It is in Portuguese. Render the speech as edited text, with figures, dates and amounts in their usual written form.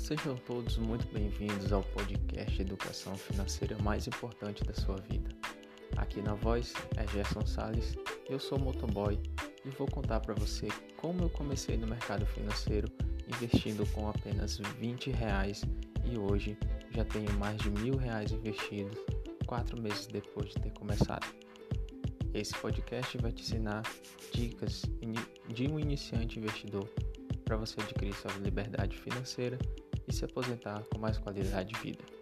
Sejam todos muito bem-vindos ao podcast Educação Financeira mais importante da sua vida. Aqui na voz é Gerson Salles, eu sou motoboy e vou contar para você como eu comecei no mercado financeiro investindo com apenas R$20 e hoje já tenho mais de R$1.000 investidos 4 meses depois de ter começado. Esse podcast vai te ensinar dicas de um iniciante investidor para você adquirir sua liberdade financeira e se aposentar com mais qualidade de vida.